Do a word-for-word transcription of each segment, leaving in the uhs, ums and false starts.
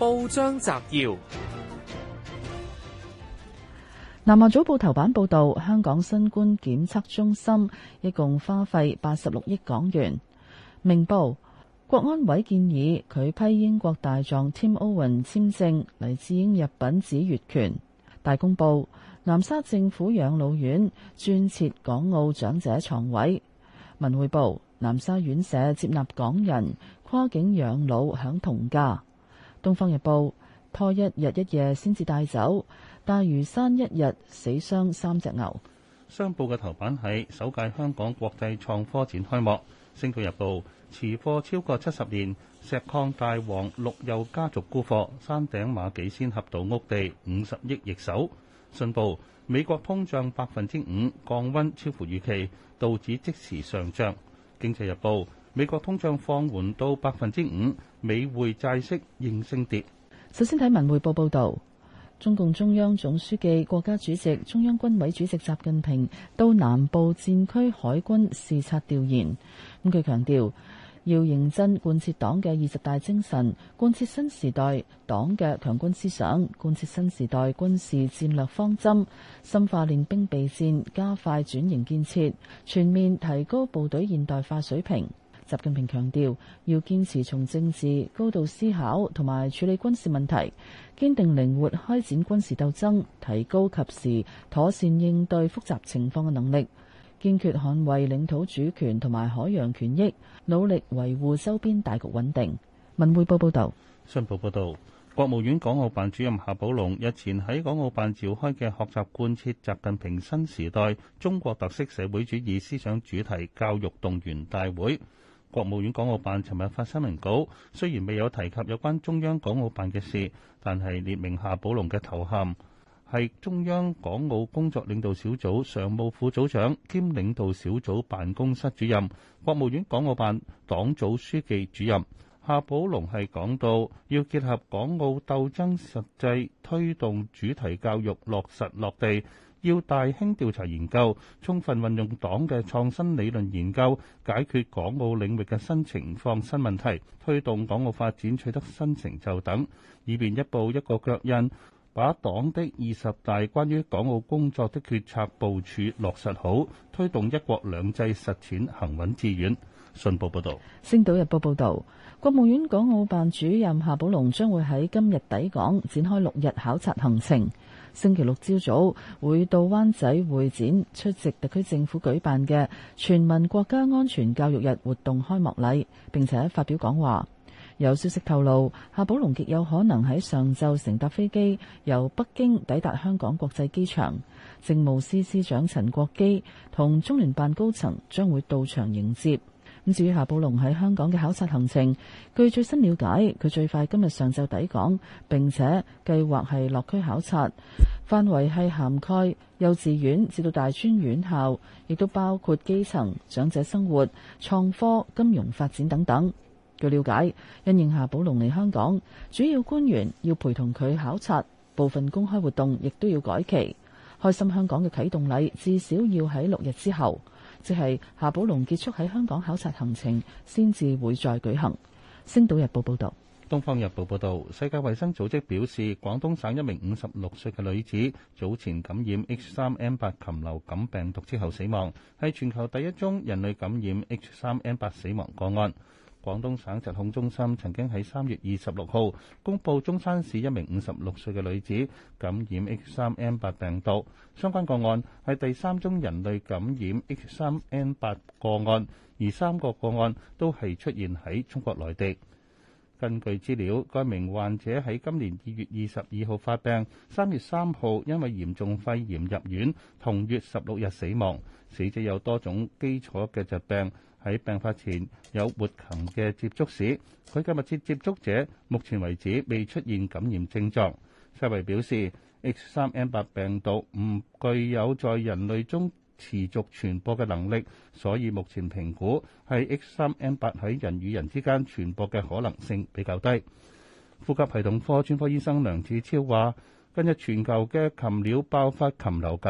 報章摘要： 南華早報頭版報道，香港新冠檢測中心一共花費八十六億港元。明報，國安委建議拒批英國大狀 Tim Owen 簽證，黎智英入稟指越權。大公報，南沙政府養老院專設港澳長者床位。文匯報，南沙院舍接納港人跨境養老享同價。東方日報，拖一日一夜先至帶走大嶼山一日死傷三隻牛。 商報嘅頭版係首屆香港國際創科展開幕。星島日報，持貨超過七十年，石礦大王陸佑家族沽貨，山頂馬己仙峽道屋地五十億易手。信報，美國通脹百分之五，降溫超乎預期，道指即時上漲。經濟日報，美國通脹放緩到百分之五，美匯債息應聲跌。 首先睇文匯報報道，中共中央總書記、國家主席、中央軍委主席習近平到南部戰區海軍視察調研。咁佢強調，要認真貫徹黨嘅二十大精神，貫徹新時代黨嘅強軍思想，貫徹新時代軍事戰略方針，深化練兵備戰，加快轉型建設，全面提高部隊現代化水平。習近平強調，要堅持從政治高度思考同埋處理軍事問題，堅定靈活開展軍事鬥爭，提高及時妥善應對複雜情況嘅能力，堅決捍衛領土主權同埋海洋權益，努力維護周邊大局穩定。文匯報報道。 信報報導，國務院港澳辦主任夏寶龍日前喺港澳辦召開嘅學習貫徹習近平新時代中國特色社會主義思想主題教育動員大會。國務院港澳辦尋日發新聞稿，雖然未有提及有關中央港澳辦嘅事，但係列明夏寶龍嘅頭銜係中央港澳工作領導小組常務副組長兼領導小組辦公室主任、國務院港澳辦黨組書記主任。夏寶龍係講到，要結合港澳鬥爭實際，推動主題教育落實落地。要大興調查研究，充分運用黨嘅創新理論研究，解決港澳領域嘅新情況、新問題，推動港澳發展取得新成就等，以便一步一個腳印，把黨的二十大關於港澳工作的決策部署落實好，推動一國兩制實踐行穩致遠。信報報導。 星島日報報導，國務院港澳辦主任夏寶龍將會喺今日抵港，展開六日考察行程。星期六朝早會到灣仔會展出席特區政府舉辦嘅全民國家安全教育日活動開幕禮，並且發表講話。有消息透露，夏寶龍極有可能喺上晝乘搭飛機由北京抵達香港國際機場。政務司司長陳國基同中聯辦高層將會到場迎接。咁至於夏寶龍喺香港嘅考察行程，據最新了解，佢最快今日上晝抵港，並且計劃係落區考察，範圍係涵蓋幼稚園至到大專院校，亦都包括基層、長者生活、創科、金融發展等等。據了解，因應夏寶龍嚟香港，主要官員要陪同佢考察，部分公開活動亦都要改期。開心香港嘅啟動禮至少要喺六日之後，即係夏寶龍結束喺香港考察行程，先至會再舉行。星島日報報道。 東方日報報道，世界衛生組織表示，廣東省一名五十六歲嘅女子早前感染 H 三 N 八 禽流感病毒之後死亡，係全球第一宗人類感染 H 三 N 八 死亡個案。廣東省疾控中心曾經喺三月二十六號公佈中山市一名五十六歲嘅女子感染 H 三 N 八 病毒，相關個案係第三宗人類感染 H 三 N 八 個案，而三個個案都係出現喺中國內地。根據資料，該名患者喺今年二月二十二號發病，三月三號因為嚴重肺炎入院，同月十六日死亡。死者有多種基礎嘅疾病，喺病發前有活禽嘅接觸史。佢嘅密切接觸者目前為止未出現感染症狀。世衛表示 H 三 N 八 病毒唔具有在人類中持續傳播嘅能力，所以目前評估係 H 三 N 八 喺人與人之間傳播嘅可能性比較低。呼吸系統科專科醫生梁子超話，近日全球嘅禽鳥爆發禽流感，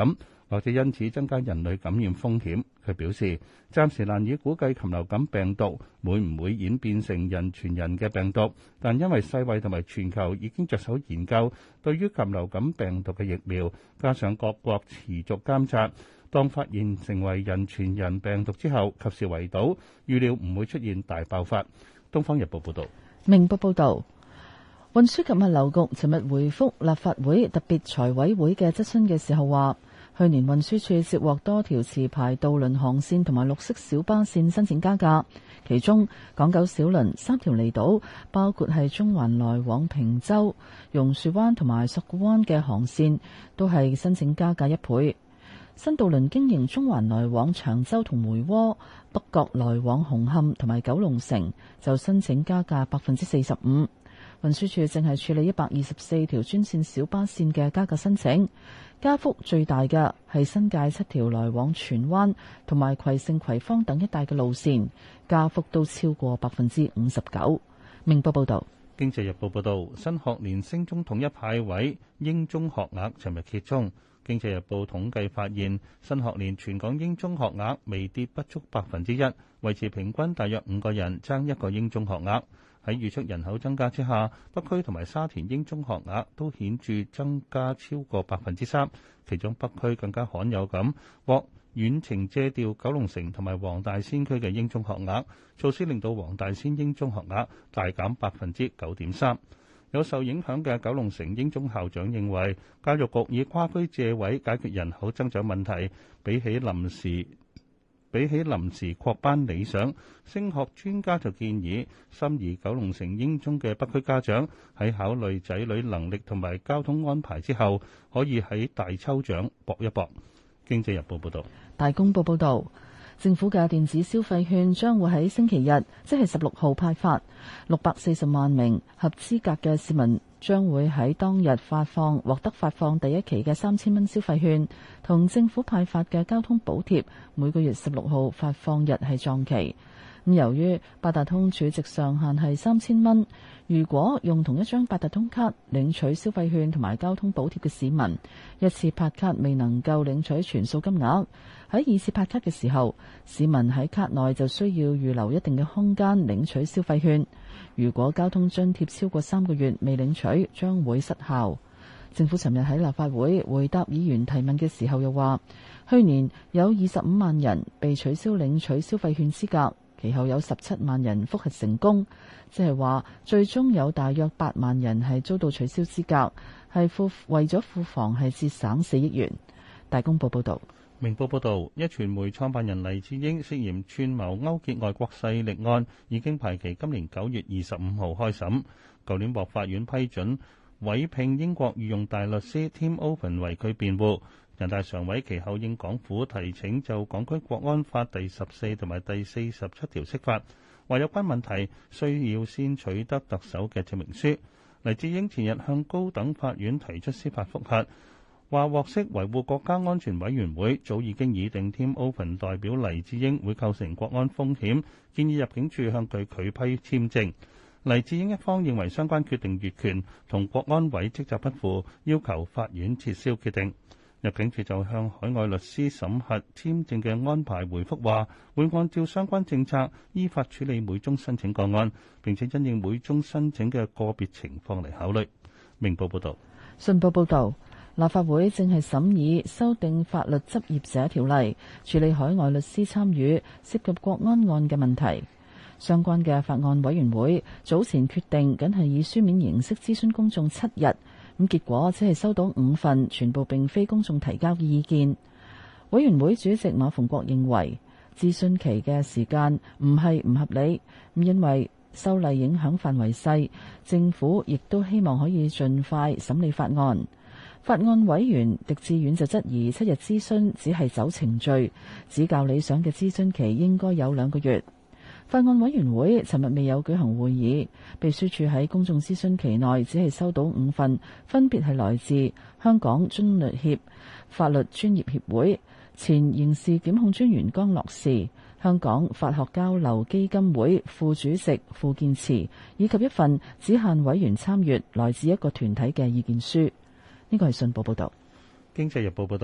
或者因此增加人類感染風險。佢表示，暫時難以估計禽流感病毒會唔會演變成人傳人嘅病毒，但因為世衛同埋全球已經着手研究對於禽流感病毒嘅疫苗，加上各國持續監察，當發現成為人傳人病毒之後，及時圍堵，預料唔會出現大爆發。《東方日報》報道。 明報報導。運輸及物流局尋日回覆立法會特別財委會嘅質詢嘅時候話，去年運輸署接獲多條持牌渡輪航線同埋綠色小巴線申請加價，其中港九小輪三條離島，包括係中環來往坪洲、榕樹灣同埋索罟灣嘅航線，都係申請加價一倍。新渡輪經營中環來往長洲同梅窩、北角來往紅磡同埋九龍城，就申請加價百分之四十五。運輸署正係處理一百二十四條專線小巴線嘅加價申請，加幅最大嘅係新界七條來往荃灣同埋葵盛葵芳等一帶嘅路線，加幅都超過百分之五十九。明報報道。 經濟日報報道，新學年升中統一派位英中學額尋日揭盅。經濟日報統計發現，新學年全港英中學額微跌不足百分之一，維持平均大約五個人爭一個英中學額。喺預測人口增加之下，北區同埋沙田英中學額都顯著增加超過百分之三，其中北區更加罕有咁獲遠程借調九龍城同埋黃大仙區嘅英中學額，措施令到黃大仙英中學額大減百分之九點三。有受影響嘅九龍城英中校長認為，教育局以跨區借位解決人口增長問題，比起臨時比起臨時擴班理想。升學專家就建議，心儀九龍城英中嘅北區家長喺考慮仔女能力同埋交通安排之後，可以喺大抽獎搏一搏。經濟日報報導。 大公報報導，政府嘅電子消費券將會喺星期日，即係十六號派發，六百四十萬名合資格嘅市民將會喺當日發放獲得發放第一期嘅三千蚊消費券，同政府派發嘅交通補貼，每個月十六號發放日係撞期。咁由於八達通儲值上限係三千蚊，如果用同一張八達通卡領取消費券同埋交通補貼嘅市民，一次拍卡未能夠領取全數金額，喺二次拍卡嘅時候，市民喺卡內就需要預留一定嘅空間領取消費券。如果交通津貼超過三個月未領取，將會失效。政府尋日喺立法會回答議員提問嘅時候又話，去年有二十五萬人被取消領取消費券資格，其後有十七萬人覆核成功，即係話最終有大約八萬人係遭到取消資格，係庫為咗庫房係節省四億元。大公報報道。 明報報導，一傳媒創辦人黎智英涉嫌串謀勾結外國勢力案，已經排期今年九月二十五號開審。舊年獲法院批准委聘英國御用大律師 Tim Owen 為佢辯護。人大常委其後應港府提請就港區國安法第十四同埋第四十七條釋法，話有關問題需要先取得特首嘅證明書。黎智英前日向高等法院提出司法覆核，話獲悉維護國家安全委員會早已經擬定 Tim Owen 代表黎智英會構成國安風險，建議入境處向佢拒批簽證。黎智英一方認為相關決定越權，同國安委職責不符，要求法院撤銷決定。入境處就向海外律師審核簽證嘅安排回覆話，會按照相關政策依法處理每宗申請個案，並且因應每宗申請嘅個別情況嚟考慮。明報報道。 信報報導，立法會正係審議修訂法律執業者條例，處理海外律師參與涉及國安案嘅問題。相關嘅法案委員會早前決定，僅係以書面形式諮詢公眾七日。咁結果只係收到五份，全部並非公眾提交嘅意見。委員會主席馬逢國認為，諮詢期嘅時間唔係唔合理，咁因為修例影響範圍細，政府亦都希望可以盡快審理法案。法案委員狄志遠就質疑七日諮詢只係走程序，指較理想嘅諮詢期應該有兩個月。法案委員會尋日未有舉行會議，秘書處喺公眾諮詢期內只係收到五份，分別係來自香港遵律協、法律專業協會、前刑事檢控專員江樂士、香港法學交流基金會副主席傅建慈，以及一份只限委員參閱來自一個團體嘅意見書。呢個係信報報導。 經濟日報報導。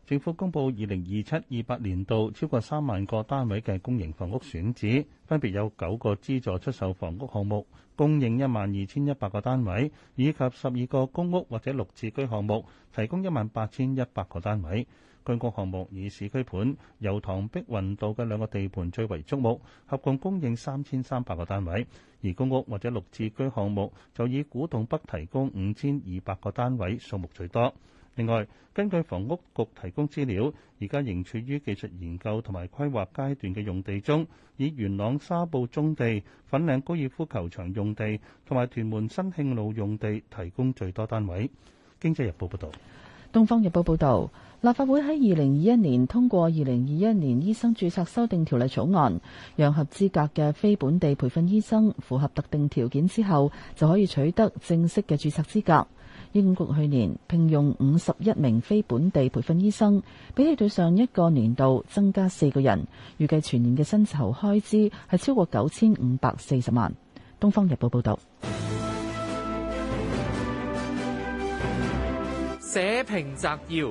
政府公布二零二七二八年度超過三萬個單位嘅公營房屋選址，分別有九個資助出售房屋項目，供應一萬二千一百個單位，以及十二個公屋或者綠置居項目，提供一萬八千一百個單位。居屋項目以市區盤油塘碧雲道嘅兩個地盤最為矚目，合共供應三千三百個單位；而公屋或者綠置居項目就以古洞北提供五千二百個單位，數目最多。另外，根據房屋局提供資料，而家仍處於技術研究同埋規劃階段嘅用地中，以元朗沙埔棕地、粉嶺高爾夫球場用地同埋屯門新慶路用地提供最多單位。經濟日報報導。 東方日報報導，立法會喺二零二一年通過二零二一年醫生註冊修訂條例草案，讓合資格嘅非本地培訓醫生符合特定條件之後，就可以取得正式嘅註冊資格。醫管局去年聘用五十一名非本地培訓醫生，比起對上一個年度增加四個人，預計全年嘅薪酬開支係超過九千五百四十萬。東方日報報導。 社評摘要：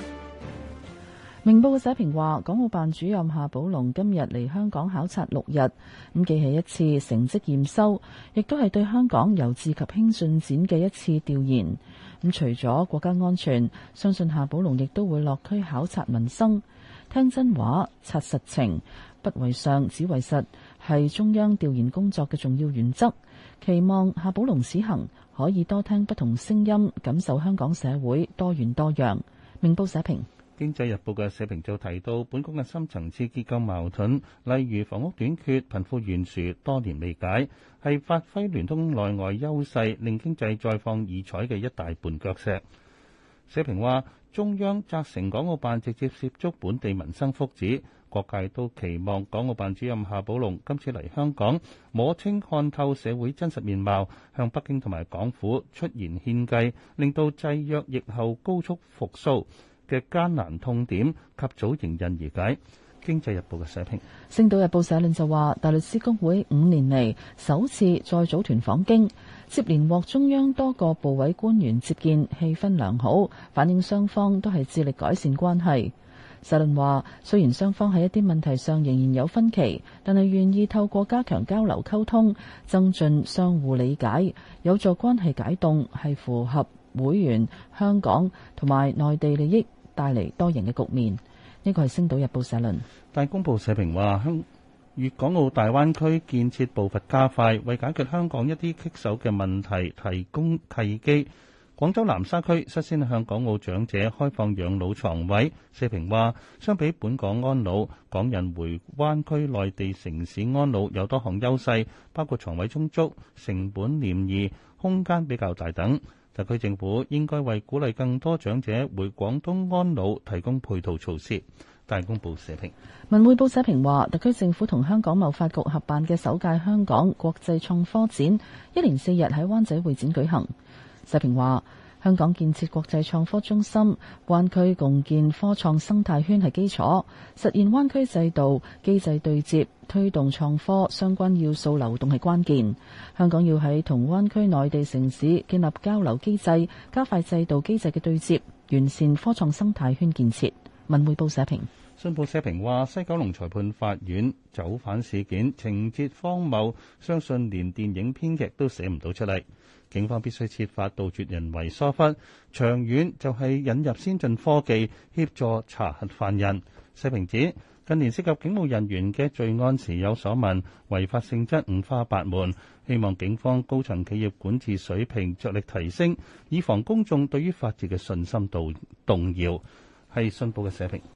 明報嘅社評話，港澳辦主任夏寶龍今日嚟香港考察六日，咁既係一次成績驗收，亦都係對香港由治及興進展嘅一次調研。咁除咗國家安全，相信夏寶龍亦都會落區考察民生，聽真話、察實情，不為上，只為實，係中央調研工作嘅重要原則。期望夏寶龍此行可以多聽不同聲音，感受香港社會多元多樣。明報社評。 經濟日報嘅社評就提到，本港嘅深層次結構矛盾，例如房屋短缺、貧富懸殊，多年未解，係發揮聯通內外優勢，令經濟再放異彩嘅一大絆腳石。社評話，中央責成港澳辦直接涉足本地民生福祉，各界都期望港澳辦主任夏寶龍今次嚟香港，摸清看透社會真實面貌，向北京同埋港府出言獻計，令到制約疫後高速復甦嘅艱難痛點及早迎刃而解。經濟日報嘅社評。 星島日報社論就話，大律師公會五年嚟首次再組團訪京，接連獲中央多個部委官員接見，氣氛良好，反映雙方都係致力改善關係。社論話，雖然雙方喺一啲問題上仍然有分歧，但係願意透過加強交流溝通，增進相互理解，有助關係解凍，係符合會員香港同埋內地利益，帶嚟多贏嘅局面。呢個係《星島日報》社論。 大公報社評話，香粵港澳大灣區建設步伐加快，為解決香港一啲棘手嘅問題提供契機。廣州南沙區率先向港澳長者開放養老床位。社評話，相比本港安老，港人回灣區內地城市安老有多項優勢，包括床位充足、成本廉宜、空間比較大等。特區政府應該為鼓勵更多長者回廣東安老提供配套措施。大公報社評。 文匯報社評話，特區政府同香港貿發局合辦嘅首屆香港國際創科展，一連四日喺灣仔會展舉行。社評話，香港建設國際創科中心，灣區共建科創生態圈係基礎，實現灣區制度機制對接，推動創科相關要素流動係關鍵。香港要喺同灣區內地城市建立交流機制，加快制度機制嘅對接，完善科創生態圈建設。文匯報社評。 信報社評話，西九龍裁判法院走犯事件情節荒謬，相信連電影編劇都寫唔到出嚟。警方必須設法杜絕人為疏忽，長遠就係引入先進科技協助查核犯人。社評指，近年涉及警務人員嘅罪案時有所聞，違法性質五花八門，希望警方高層企業管治水平着力提升，以防公眾對於法治嘅信心度動搖。係信報嘅社評。